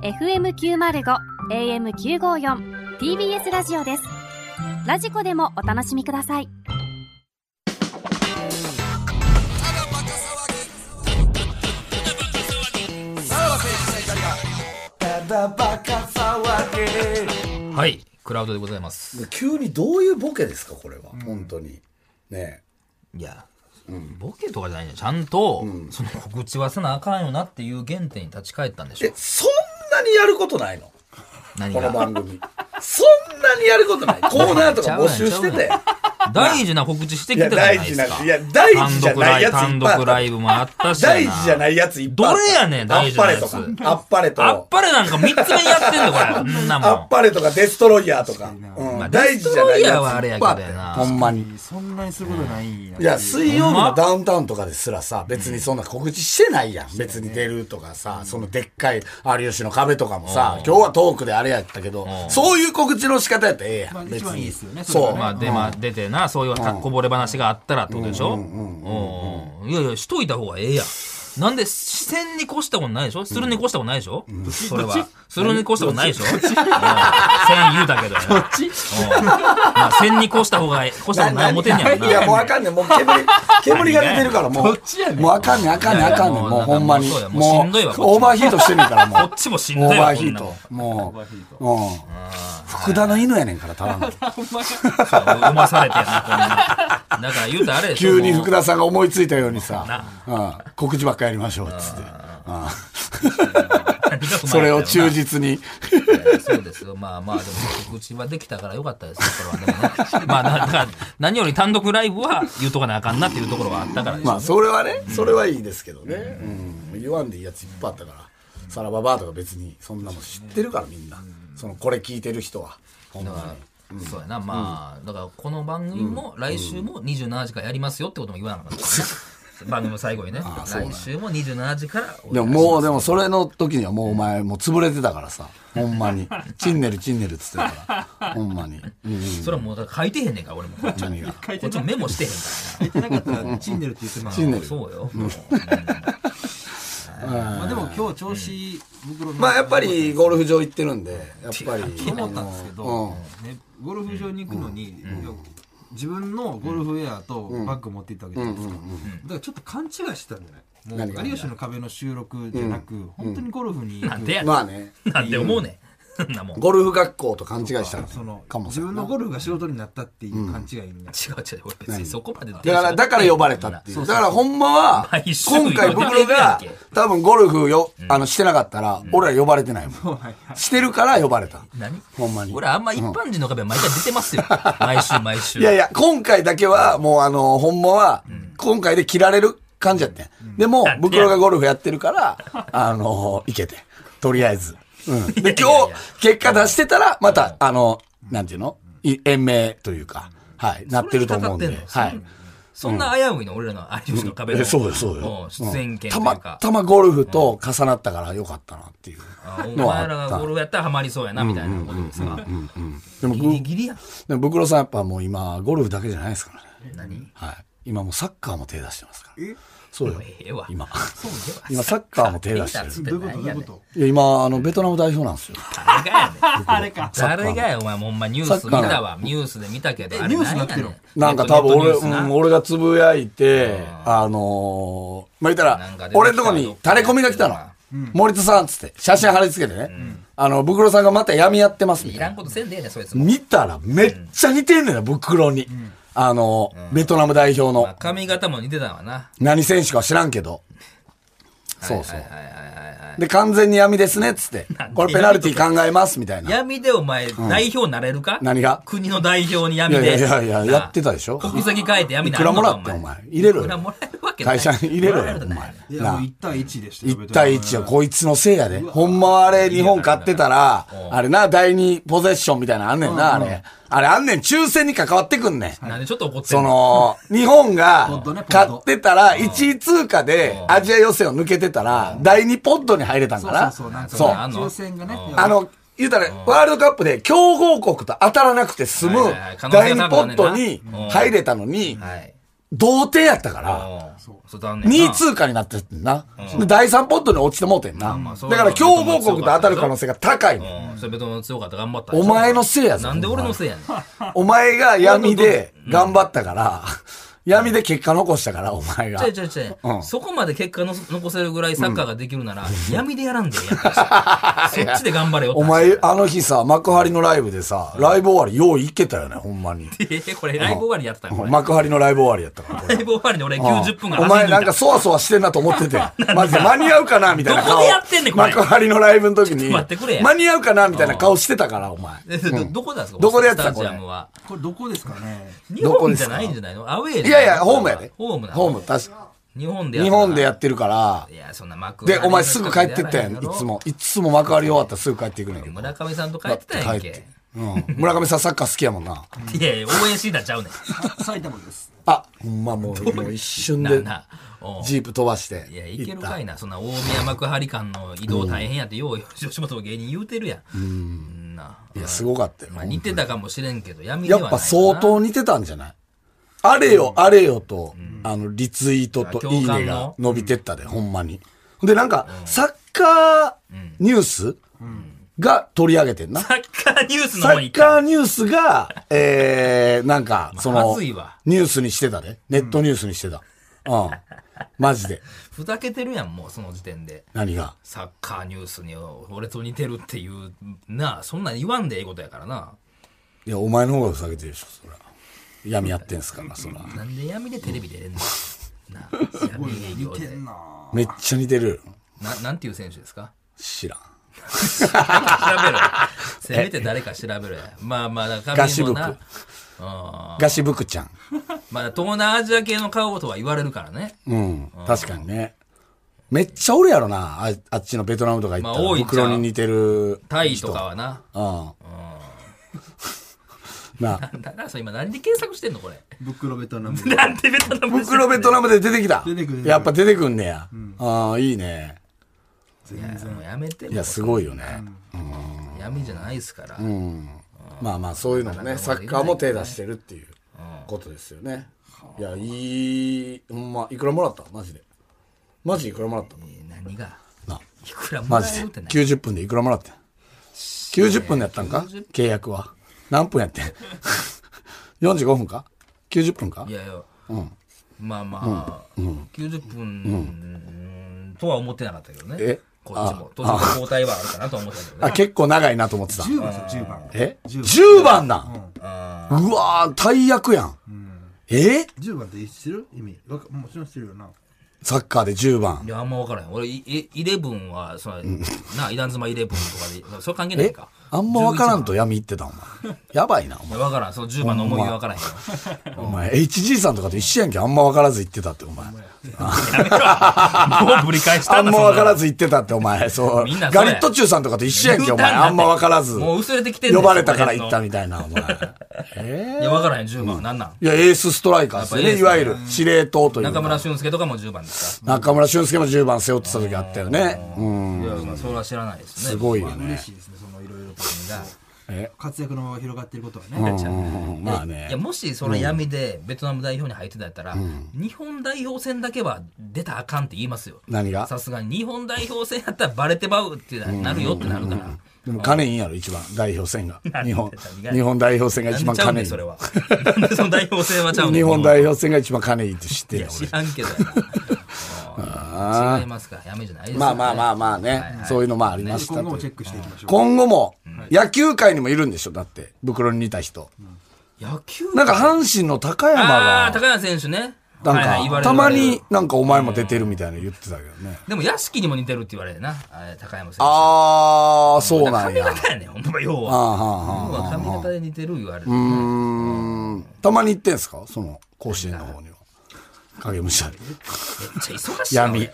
FM905 AM954 TBS ラジオです。ラジコでもお楽しみください。 はい、クラウドでございます。 急にどういうボケですかこれは、本当にね。 いや、ボケとかじゃないんだよ。ちゃんと、その告知はせなあかんよなっていう原点に立ち返ったんでしょ。 そんなにやることないの？ 何がこの番組そんなにやることない。コーナーとか募集してて大事な告知してきたじゃないですか。 いや大事じゃないやついっぱい単独ライブもあったしな。 大事じゃないやついっぱいあった。 どれやねん大事なやつ。 あっぱれとか。 あっぱれなんか3つ目にやってんのこれ。んなもん。 あっぱれとかデストロイヤーとか。大事じゃないやついっぱいあった。 デストロイヤーはあれやけどな。 ほんまに。 そんなにすることないんや。 いや、水曜日のダウンタウンとかですらさ、別にそんな告知してないやん。別に出るとかさ、そのでっかい有吉の壁とかもさ、今日はトークであれやったけど、そういう告知の仕方やったらええやん。別に。 そう。 まあ出てな、そういうこぼれ話があったらってことでしょ。いやいや、しといた方がええやん。なんで、視線に越したことないでしょ。するに越したことないでしょ。それは。するに越したことないでしょ。線言うたけど。そっちまあ、線に越した方が、越したことない思てんやろな。 いや、もうあかんねん。もう煙が出てるから、もう。もうあかんねん、あかんねん、あかんねん。もうほんまに。もう、オーバーヒートしてんねんから、もう。 こっちもしんどいわ。 オーバーヒート。もう、福田の犬やねんから、ただの。 生まされてやな、こんな。だから言うたらあれでしょ。 急に福田さんが思いついたようにさ、告知ばっかやりましょう、つって。それを忠実に。 そうですよ。まあまあ、でも告知はできたからよかったですよ、これはね。まあ、だから何より単独ライブは言うとかなあかんなっていうところはあったからです。 まあ、それはね、それはいいですけどね。言わんでいいやついっぱいあったから。サラババーとか別にそんなもん知ってるからみんな。これ聞いてる人は。ほんまに。 そうやな。まあ、だからこの番組も来週も27時からやりますよってことも言わなかったですね。番組の最後にね。来週も27時から。 でもそれの時にはもうお前もう潰れてたからさ。ほんまに。チンネルっつってたから。ほんまに。 それはもう書いてへんねんから、俺も。こっちもメモしてへんから。 書いてなかったらチンネルって言ってまチンネル。 そうよ。 まあでも今日調子袋まあやっぱりゴルフ場行ってるんで、やっぱり。 思ったんですけど、ゴルフ場に行くのに、自分のゴルフウェアとバッグ持っていったわけじゃないですか。だからちょっと勘違いしてたんじゃない？もう有吉の壁の収録じゃなく、本当にゴルフに行く。 なんでやねん。 まあね。 なんで思うねん。 ゴルフ学校と勘違いしたかも。 自分のゴルフが仕事になったっていう勘違いになる。 違う。俺別にそこまで。 だから呼ばれたっていう。だからほんまは、今回袋が多分ゴルフしてなかったら、俺ら呼ばれてないもん。してるから呼ばれた。 何？ ほんまに。 俺あんま一般人の壁は毎回出てますよ。毎週。 いや、今回だけはもうほんまは、今回で切られる感じやってん。でも、袋がゴルフやってるから、行けて。とりあえず。で、今日、結果出してたら、また、なんていうの？延命というか、はい、なってると思うんで。はい。 そんな危ういの俺らの有吉の壁の。 そうよ。 出演権というか。 たまゴルフと重なったからよかったなっていう。 お前らがゴルフやったらハマりそうやな、みたいなことですが。 でも、 ギリギリや。 でも、ブクロさんやっぱもう今、ゴルフだけじゃないですからね。 何？ はい。今もうサッカーも手出してますから。そうよ。今サッカーも手出してる。 どういうこと？ いや、今、ベトナム代表なんですよ。 誰がや、お前もんまニュース見たわ。ニュースで見たけど、 ニュースなってる。 なんか多分俺がつぶやいて、まあ、言ったら、俺のとこにタレコミが来たの。森田さんっつって、写真貼り付けてね。ブクロさんがまた闇やってますみたいな。 いらんことせんでええねん、そいつ。 見たらめっちゃ似てんねんな、ブクロに。ベトナム代表の。 髪型も似てたわな。 何選手かは知らんけど。そう。で、完全に闇ですね、つって。これペナルティ考えます、みたいな。 闇でお前、代表なれるか？ 何が？ 国の代表に闇で。 いや、やってたでしょ？ 国籍変えて闇なるのか？いくらもらって、お前。入れろよ。 いくらもらえるわけない。 会社に入れろよ、お前。 いや、もう1対1でしたよ。 1対1はこいつのせいやで。ほんまはあれ、日本勝ってたら、あれな、第2ポゼッションみたいなのあんねんな、あれ。あれあんねん、抽選に関わってくんねん。 なんでちょっと怒ってんの？日本が勝ってたら、1位通過でアジア予選を抜けてたら、第2ポッドに入れたんかな？そう。 抽選がね。 言うたら、ワールドカップで強豪国と当たらなくて済む第2ポッドに入れたのに、 同点やったから、 そう残念な。 2位通過になってんな。で、第3ポットに落ちてもうてんな。だから強豪国と当たる可能性が高いね。 それベトナム強かった頑張った。 お前のせいやぞ。 なんで俺のせいやねん。 お前が闇で頑張ったから、闇で結果残したから、お前が。 そこまで結果残せるぐらいサッカーができるなら、闇でやらんでええやん。そっちで頑張れよ。 お前、あの日さ、幕張のライブでさ、ライブ終わり、よういけたよね、ほんまに。 これライブ終わりやったの？ 幕張のライブ終わりやったから。 ライブ終わりで俺90分がお前なんかそわそわしてんなと思ってて。マジで間に合うかなみたいな顔。 どこでやってんねん、これ。 幕張のライブの時に。 待ってくれや。 間に合うかなみたいな顔してたから、お前。 どこですか？ どこでやってたこれ。 これどこですかね。 日本じゃないんじゃないの？アウェーで。 いやいや、ホームやで。 ホームなの？ ホーム、確か。 日本でやってるから。 いや、そんな幕で、お前すぐ帰ってったやん、いつも。いつも幕張終わったらすぐ帰っていくねん。 村上さんと帰ってたやんけ。 村上さんサッカー好きやもんな。 いやいや、応援シーンちゃうねん。 埼玉です。 あ、ほんまもう一瞬でジープ飛ばして。 いや、いけるかいな。そんな大宮幕張間の移動大変やって、よう吉本の芸人言うてるやん。 いや、すごかったよ。 似てたかもしれんけど、闇ではない。 やっぱ相当似てたんじゃない？あれよと、リツイートといいねが伸びてったで、ほんまに。で、なんか、サッカーニュースが取り上げてんな。 サッカーニュースのサッカーニュースが、なんか、その、ニュースにしてたで。ネットニュースにしてた。マジで。 ふざけてるやん、もう、その時点で。 何が？ サッカーニュースに俺と似てるっていう、なあ、そんなん言わんでええことやからな。 いや、お前の方がふざけてるでしょ、そら。闇やってんすから、そら。 なんで闇でテレビ出れんの？な闇営業で。 めっちゃ似てる。 なんていう選手ですか？ 知らん。 調べろ。せめて誰か調べろや。まあまあ、 ガシブク。ガシブクちゃん。 まあ、東南アジア系の顔とは言われるからね。 確かにね。めっちゃおるやろな。あっちのベトナムとか行ったら。袋に似てる。 タイとかはな。 なあ。今何で検索してんのこれ。 袋ベトナム。 なんでベトナム？ 袋ベトナムで出てきた。 出てくる。 やっぱ出てくんねや。いいね。 いや、もうやめて。 いや、すごいよね。 闇じゃないですから。 まあまあ、そういうのもね、サッカーも手出してるっていうことですよね。いや、ほんま、いくらもらった？マジで。マジいくらもらった？ 何が？いくらもマジで。90分でいくらもらった？90分でやったんか？契約は。何分やってん45分か ?90 分か？ いやいや、まあまあ、90分とは思ってなかったけどね。こっちも。途中で交代はあるかなと思ってたけどね。 結構長いなと思ってた。 10番ですよ、10番。 10番なん？うわー、大役やん。 10番って知る意味？もちろん知るよな。 サッカーで10番。 いや、あんま分からへん。俺、11は、イダンズマ11とかで、それ関係ないか。 あんま分からんと闇行ってた、お前。やばいな、お前。 分からん。その10番の思い出分からへんよ。 お前、HG さんとかと一緒やんけ。あんま分からず言ってたって、お前。 もうぶり返したあんま分からず言ってたって、お前。そう。ガリットチュウさんとかと一緒やんけ、お前。あんま分からず。 もう薄れてきてんねん。 呼ばれたから行ったみたいな、お前。 いや、分からへん、10番。なんなん？ いや、エースストライカーですね。いわゆる司令塔という。 中村俊輔とかも10番ですか？ 中村俊輔も10番背負ってた時あったよね。 いや、まあ、それは知らないですね。 すごいよね。 嬉しいですね、そのいろいろと活躍の広がっていることはね。まあね。 いや、もしその闇でベトナム代表に入ってたやったら、日本代表戦だけは出たらあかんって言いますよ。 何が？ さすがに日本代表戦やったらバレてまうってなるよってなるから。 でも金いいんやろ、一番代表戦が。日本代表戦が一番金いい。 それは。なんでその代表戦はちゃうの？ 日本代表戦が一番金いいって知ってるよ。 知らんけどやな。違いますか？闇じゃないですか。 まあね。そういうのもありました。 今後もチェックしていきましょう。 今後も、野球界にもいるんでしょ？だって、袋に似た人。 野球？ なんか阪神の高山が。 高山選手ね。 なんか、たまになんかお前も出てるみたいな言ってたけどね。 でも屋敷にも似てるって言われるな。高山選手。 そうなんや。 髪型やねん、ほんま要は。髪型で似てる言われる。 たまに行ってんすか？その、甲子園の方には。影武者で。 めっちゃ忙しい。 闇。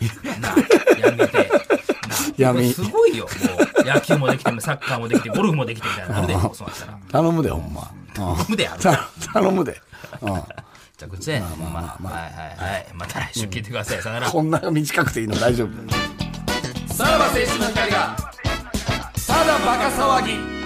闇。 すごいよ。もう、野球もできて、サッカーもできて、ゴルフもできてみたいな。なんでそうなったら。 頼むで、ほんま。 頼むでやる。 頼むで。 じゃあ、こっちで。まあ、また来週聞いてください。さよなら。 こんな短くていいの大丈夫。 さらば青春の光が、 ただバカ騒ぎ。